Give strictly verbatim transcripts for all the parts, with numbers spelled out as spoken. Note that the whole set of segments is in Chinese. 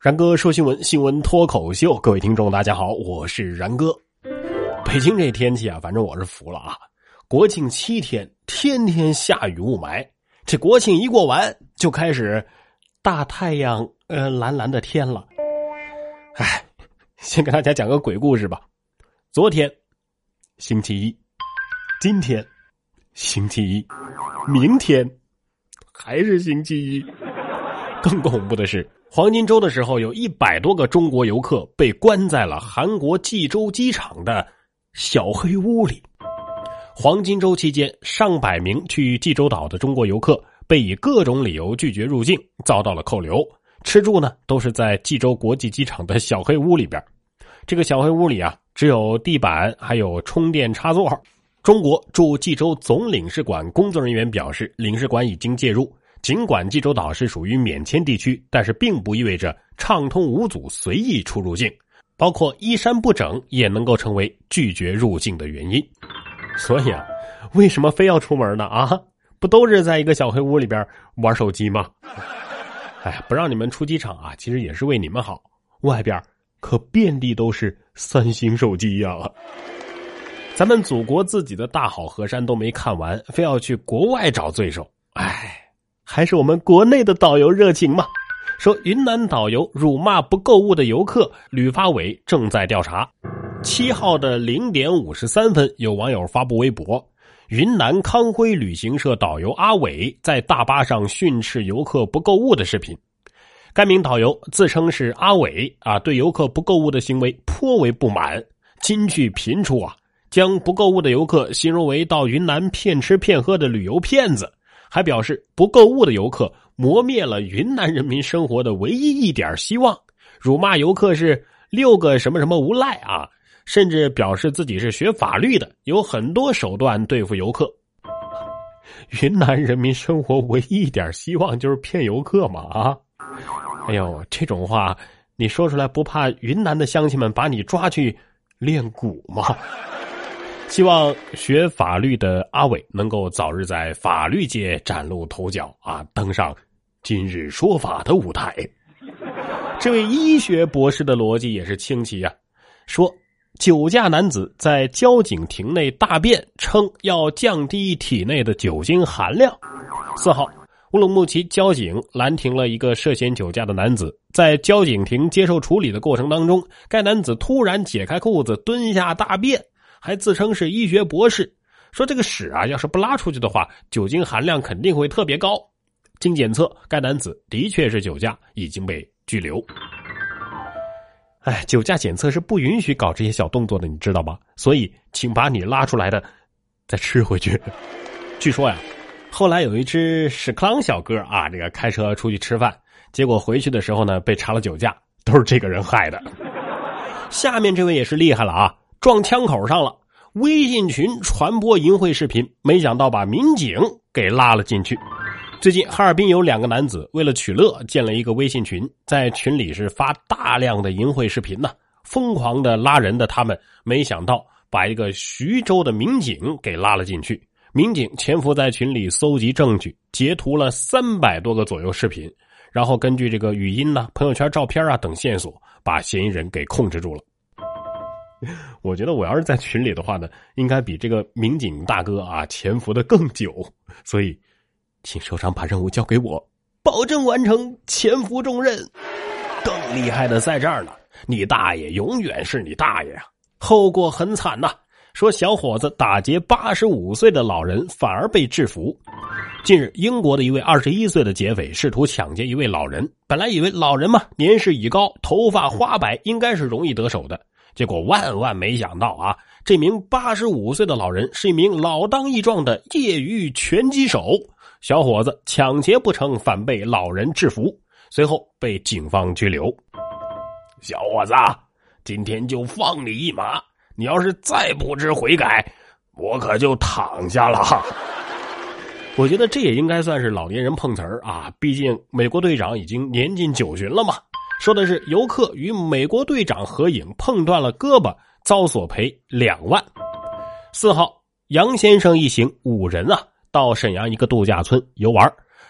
然哥说新闻，新闻脱口秀，各位听众大家好，我是然哥。北京这天气啊，反正我是服了啊！国庆七天，天天下雨雾霾，这国庆一过完，就开始大太阳，呃，蓝蓝的天了。哎，先给大家讲个鬼故事吧。昨天，星期一；今天，星期一；明天，还是星期一。更恐怖的是，黄金周的时候，有一百多个中国游客被关在了韩国济州机场的小黑屋里。黄金周期间，上百名去济州岛的中国游客被以各种理由拒绝入境，遭到了扣留。吃住呢，都是在济州国际机场的小黑屋里边。这个小黑屋里啊，只有地板，还有充电插座。中国驻济州总领事馆工作人员表示，领事馆已经介入。尽管济州岛是属于免签地区，但是并不意味着畅通无阻随意出入境，包括衣衫不整也能够成为拒绝入境的原因。所以啊，为什么非要出门呢？啊，不都是在一个小黑屋里边玩手机吗？哎，不让你们出机场啊，其实也是为你们好。外边可遍地都是三星手机呀。咱们祖国自己的大好河山都没看完，非要去国外找罪受。哎。还是我们国内的导游热情嘛。说云南导游辱骂不购物的游客，旅发委正在调查。七号的零点五十三分，有网友发布微博，云南康辉旅行社导游阿伟在大巴上训斥游客不购物的视频。该名导游自称是阿伟啊，对游客不购物的行为颇为不满，金句频出啊，将不购物的游客形容为到云南骗吃骗喝的旅游骗子。还表示不购物的游客磨灭了云南人民生活的唯一一点希望，辱骂游客是六个什么什么无赖啊，甚至表示自己是学法律的，有很多手段对付游客。云南人民生活唯一一点希望就是骗游客嘛啊！哎呦，这种话你说出来不怕云南的乡亲们把你抓去练蛊吗？希望学法律的阿伟能够早日在法律界崭露头角啊，登上今日说法的舞台。这位医学博士的逻辑也是清奇啊，说酒驾男子在交警亭内大便，称要降低体内的酒精含量。四号，乌鲁木齐交警拦停了一个涉嫌酒驾的男子，在交警亭接受处理的过程当中，该男子突然解开裤子蹲下大便，还自称是医学博士，说这个屎啊，要是不拉出去的话，酒精含量肯定会特别高。经检测，该男子的确是酒驾，已经被拘留。哎，酒驾检测是不允许搞这些小动作的，你知道吗？所以，请把你拉出来的再吃回去。据说呀，后来有一只屎壳郎小哥啊，这个开车出去吃饭，结果回去的时候呢，被查了酒驾，都是这个人害的。下面这位也是厉害了啊！撞枪口上了，微信群传播淫秽视频，没想到把民警给拉了进去。最近哈尔滨有两个男子为了取乐建了一个微信群，在群里是发大量的淫秽视频呢、啊，疯狂的拉人的他们没想到把一个徐州的民警给拉了进去。民警潜伏在群里搜集证据，截图了三百多个左右视频，然后根据这个语音啊、朋友圈照片啊等线索，把嫌疑人给控制住了。我觉得我要是在群里的话呢，应该比这个民警大哥啊潜伏的更久，所以请首长把任务交给我，保证完成潜伏重任。更厉害的在这儿呢，你大爷永远是你大爷啊！后果很惨呐、啊，说小伙子打劫八十五岁的老人反而被制服。近日，英国的一位二十一岁的劫匪试图抢劫一位老人，本来以为老人嘛年事已高，头发花白，应该是容易得手的。结果万万没想到啊，这名八十五岁的老人是一名老当益壮的业余拳击手。小伙子抢劫不成，反被老人制服，随后被警方拘留。小伙子，今天就放你一马，你要是再不知悔改，我可就躺下了。我觉得这也应该算是老年人碰瓷儿啊，毕竟美国队长已经年近九旬了嘛。说的是游客与美国队长合影碰断了胳膊，遭索赔两万。四号，杨先生一行五人啊，到沈阳一个度假村游玩，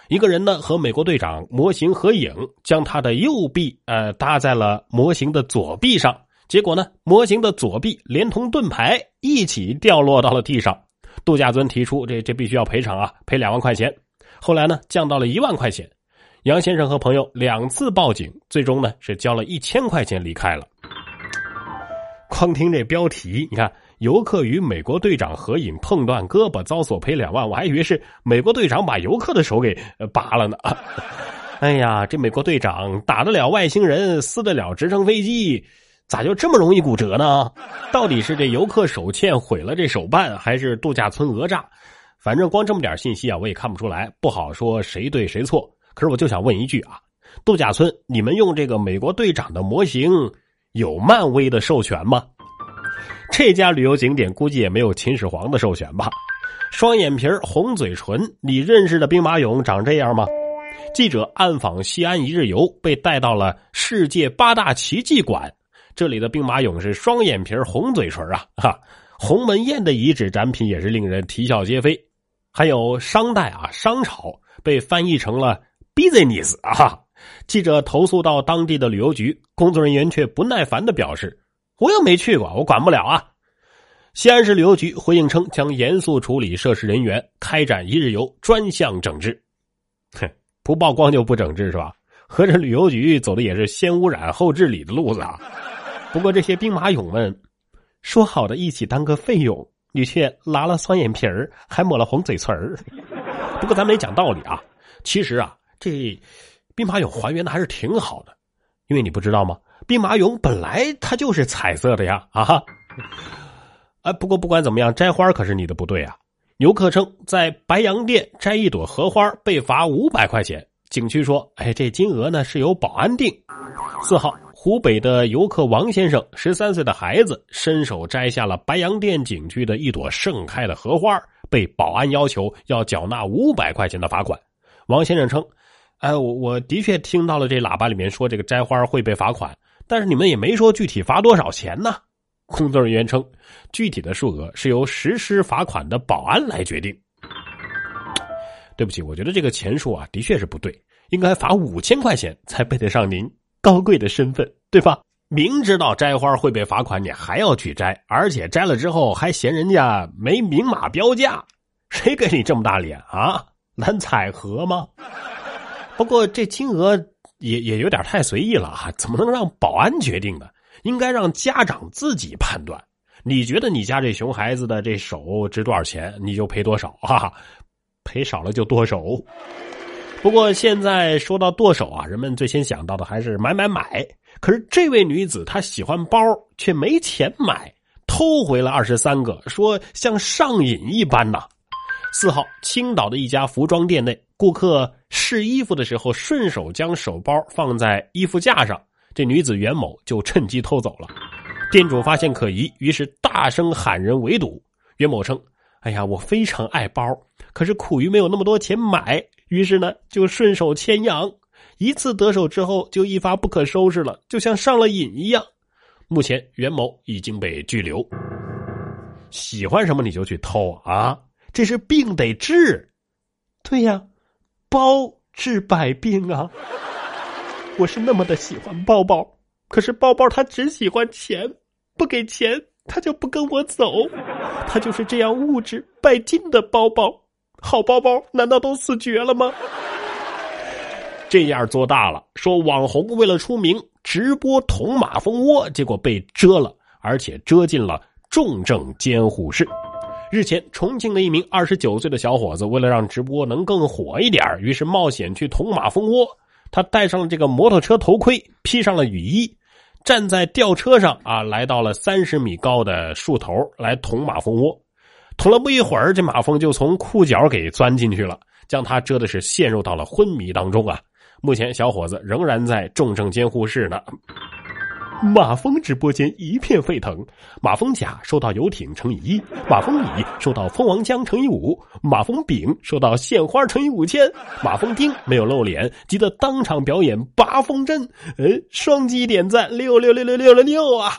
一个人呢和美国队长模型合影，将他的右臂呃搭在了模型的左臂上，结果呢模型的左臂连同盾牌一起掉落到了地上。度假村提出这这必须要赔偿啊，赔两万块钱。后来呢降到了一万块钱。杨先生和朋友两次报警，最终呢是交了一千块钱离开了。光听这标题，你看游客与美国队长合影碰断胳膊遭索赔两万，我还以为是美国队长把游客的手给拔了呢。哎呀，这美国队长打得了外星人，撕得了直升飞机，咋就这么容易骨折呢？到底是这游客手欠毁了这手办，还是度假村讹诈？反正光这么点信息啊，我也看不出来，不好说谁对谁错。可是我就想问一句啊，度假村你们用这个美国队长的模型有漫威的授权吗？这家旅游景点估计也没有秦始皇的授权吧？双眼皮红嘴唇，你认识的兵马俑长这样吗？记者暗访西安一日游，被带到了世界八大奇迹馆，这里的兵马俑是双眼皮红嘴唇啊！哈，鸿门宴的遗址展品也是令人啼笑皆非，还有商代啊，商朝被翻译成了 business 啊！记者投诉到当地的旅游局，工作人员却不耐烦地表示：“我又没去过，我管不了啊。”西安市旅游局回应称，将严肃处理涉事人员，开展一日游专项整治。哼，不曝光就不整治是吧？合着旅游局走的也是先污染后治理的路子啊！不过这些兵马俑们说好的一起当个费用，你却拉了双眼皮儿，还抹了红嘴唇儿。不过咱没讲道理啊，其实啊，这兵马俑还原的还是挺好的，因为你不知道吗？兵马俑本来它就是彩色的呀！啊，哎，不过不管怎么样，摘花可是你的不对啊。游客称在白洋淀摘一朵荷花被罚五百块钱，景区说，哎，这金额呢是由保安定。四号，湖北的游客王先生十三岁的孩子伸手摘下了白洋淀景区的一朵盛开的荷花，被保安要求要缴纳五百块钱的罚款。王先生称，哎，我我的确听到了这喇叭里面说这个摘花会被罚款，但是你们也没说具体罚多少钱呢。工作人员称，具体的数额是由实施罚款的保安来决定。对不起，我觉得这个钱数啊的确是不对，应该罚五千块钱才配得上您高贵的身份，对吧？明知道摘花会被罚款，你还要去摘，而且摘了之后还嫌人家没明码标价，谁给你这么大脸啊？蓝采和吗？不过这金额也也有点太随意了啊，怎么能让保安决定呢？应该让家长自己判断。你觉得你家这熊孩子的这手值多少钱，你就赔多少，哈哈，赔少了就剁手。不过现在说到剁手啊，人们最先想到的还是买买买。可是这位女子她喜欢包，却没钱买，偷回了二十三个，说像上瘾一般呐。四号，青岛的一家服装店内，顾客试衣服的时候顺手将手包放在衣服架上，这女子袁某就趁机偷走了。店主发现可疑，于是大声喊人围堵。袁某称，哎呀，我非常爱包，可是苦于没有那么多钱买，于是呢就顺手牵羊，一次得手之后就一发不可收拾了，就像上了瘾一样。目前袁某已经被拘留。喜欢什么你就去偷啊，这是病得治。对呀，包治百病啊。我是那么的喜欢包包，可是包包他只喜欢钱，不给钱他就不跟我走，他就是这样物质拜金的包包。好包包难道都死绝了吗？这样做大了，说网红为了出名直播捅马蜂窝，结果被蛰了，而且蛰进了重症监护室。日前，重庆的一名二十九岁的小伙子为了让直播能更火一点，于是冒险去捅马蜂窝。他戴上了这个摩托车头盔，披上了雨衣，站在吊车上啊，来到了三十米高的树头来捅马蜂窝。捅了不一会儿，这马蜂就从裤脚给钻进去了，将他蛰的是陷入到了昏迷当中啊。目前小伙子仍然在重症监护室呢。马蜂直播间一片沸腾，马蜂甲收到游艇乘以一，马蜂乙收到蜂王浆乘以五，马蜂丙收到献花乘以五千，马蜂丁没有露脸，急得当场表演拔蜂针，呃，双击点赞，六六六六六六六啊！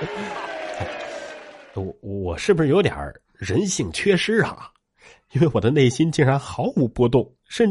我我是不是有点人性缺失啊？因为我的内心竟然毫无波动，甚至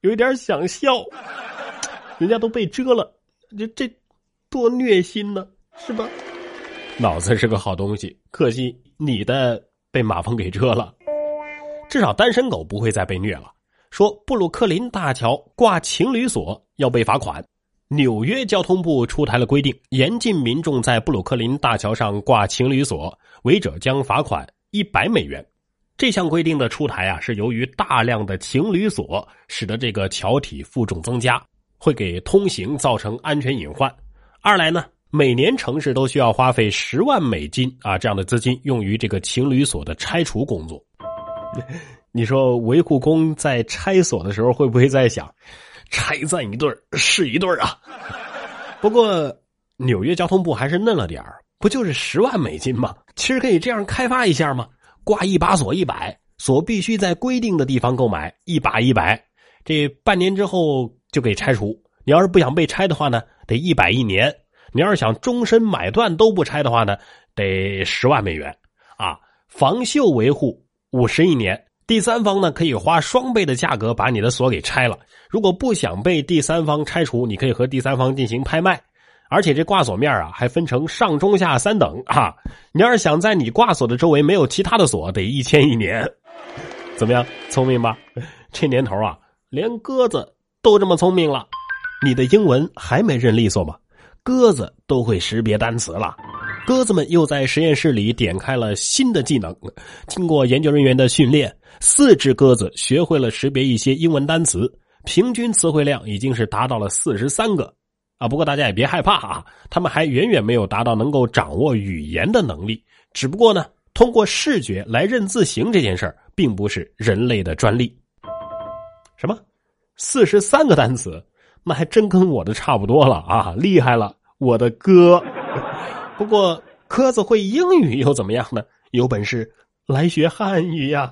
有一点想笑，人家都被蛰了，这这多虐心呢，是吧？脑子是个好东西，可惜你的被马蜂给蛰了。至少单身狗不会再被虐了。说布鲁克林大桥挂情侣锁要被罚款。纽约交通部出台了规定，严禁民众在布鲁克林大桥上挂情侣锁，违者将罚款一百美元。这项规定的出台啊，是由于大量的情侣锁使得这个桥体负重增加，会给通行造成安全隐患。二来呢，每年城市都需要花费十万美金啊这样的资金用于这个情侣锁的拆除工作。你说维护工在拆锁的时候会不会在想，拆散一对儿是一对儿啊？不过纽约交通部还是嫩了点儿，不就是十万美金吗？其实可以这样开发一下吗？挂一把锁一百，锁必须在规定的地方购买，一把一百，这半年之后就给拆除。你要是不想被拆的话呢，得一百一年。你要是想终身买断都不拆的话呢，得十万美元啊。防锈维护五十一年。第三方呢可以花双倍的价格把你的锁给拆了。如果不想被第三方拆除，你可以和第三方进行拍卖。而且这挂锁面啊还分成上中下三等啊。你要是想在你挂锁的周围没有其他的锁，得一千一年。怎么样，聪明吧？这年头啊，连鸽子都这么聪明了。你的英文还没认利索吗？鸽子都会识别单词了。鸽子们又在实验室里点开了新的技能，经过研究人员的训练，四只鸽子学会了识别一些英文单词，平均词汇量已经是达到了四十三个啊。不过大家也别害怕啊，他们还远远没有达到能够掌握语言的能力，只不过呢，通过视觉来认字形这件事儿并不是人类的专利。什么四十三个单词，那还真跟我的差不多了啊，厉害了我的哥。不过鸽子会英语又怎么样呢？有本事来学汉语呀。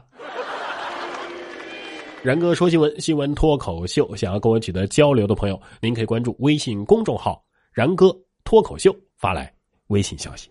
然哥说新闻，新闻脱口秀，想要跟我取得交流的朋友，您可以关注微信公众号然哥脱口秀，发来微信消息。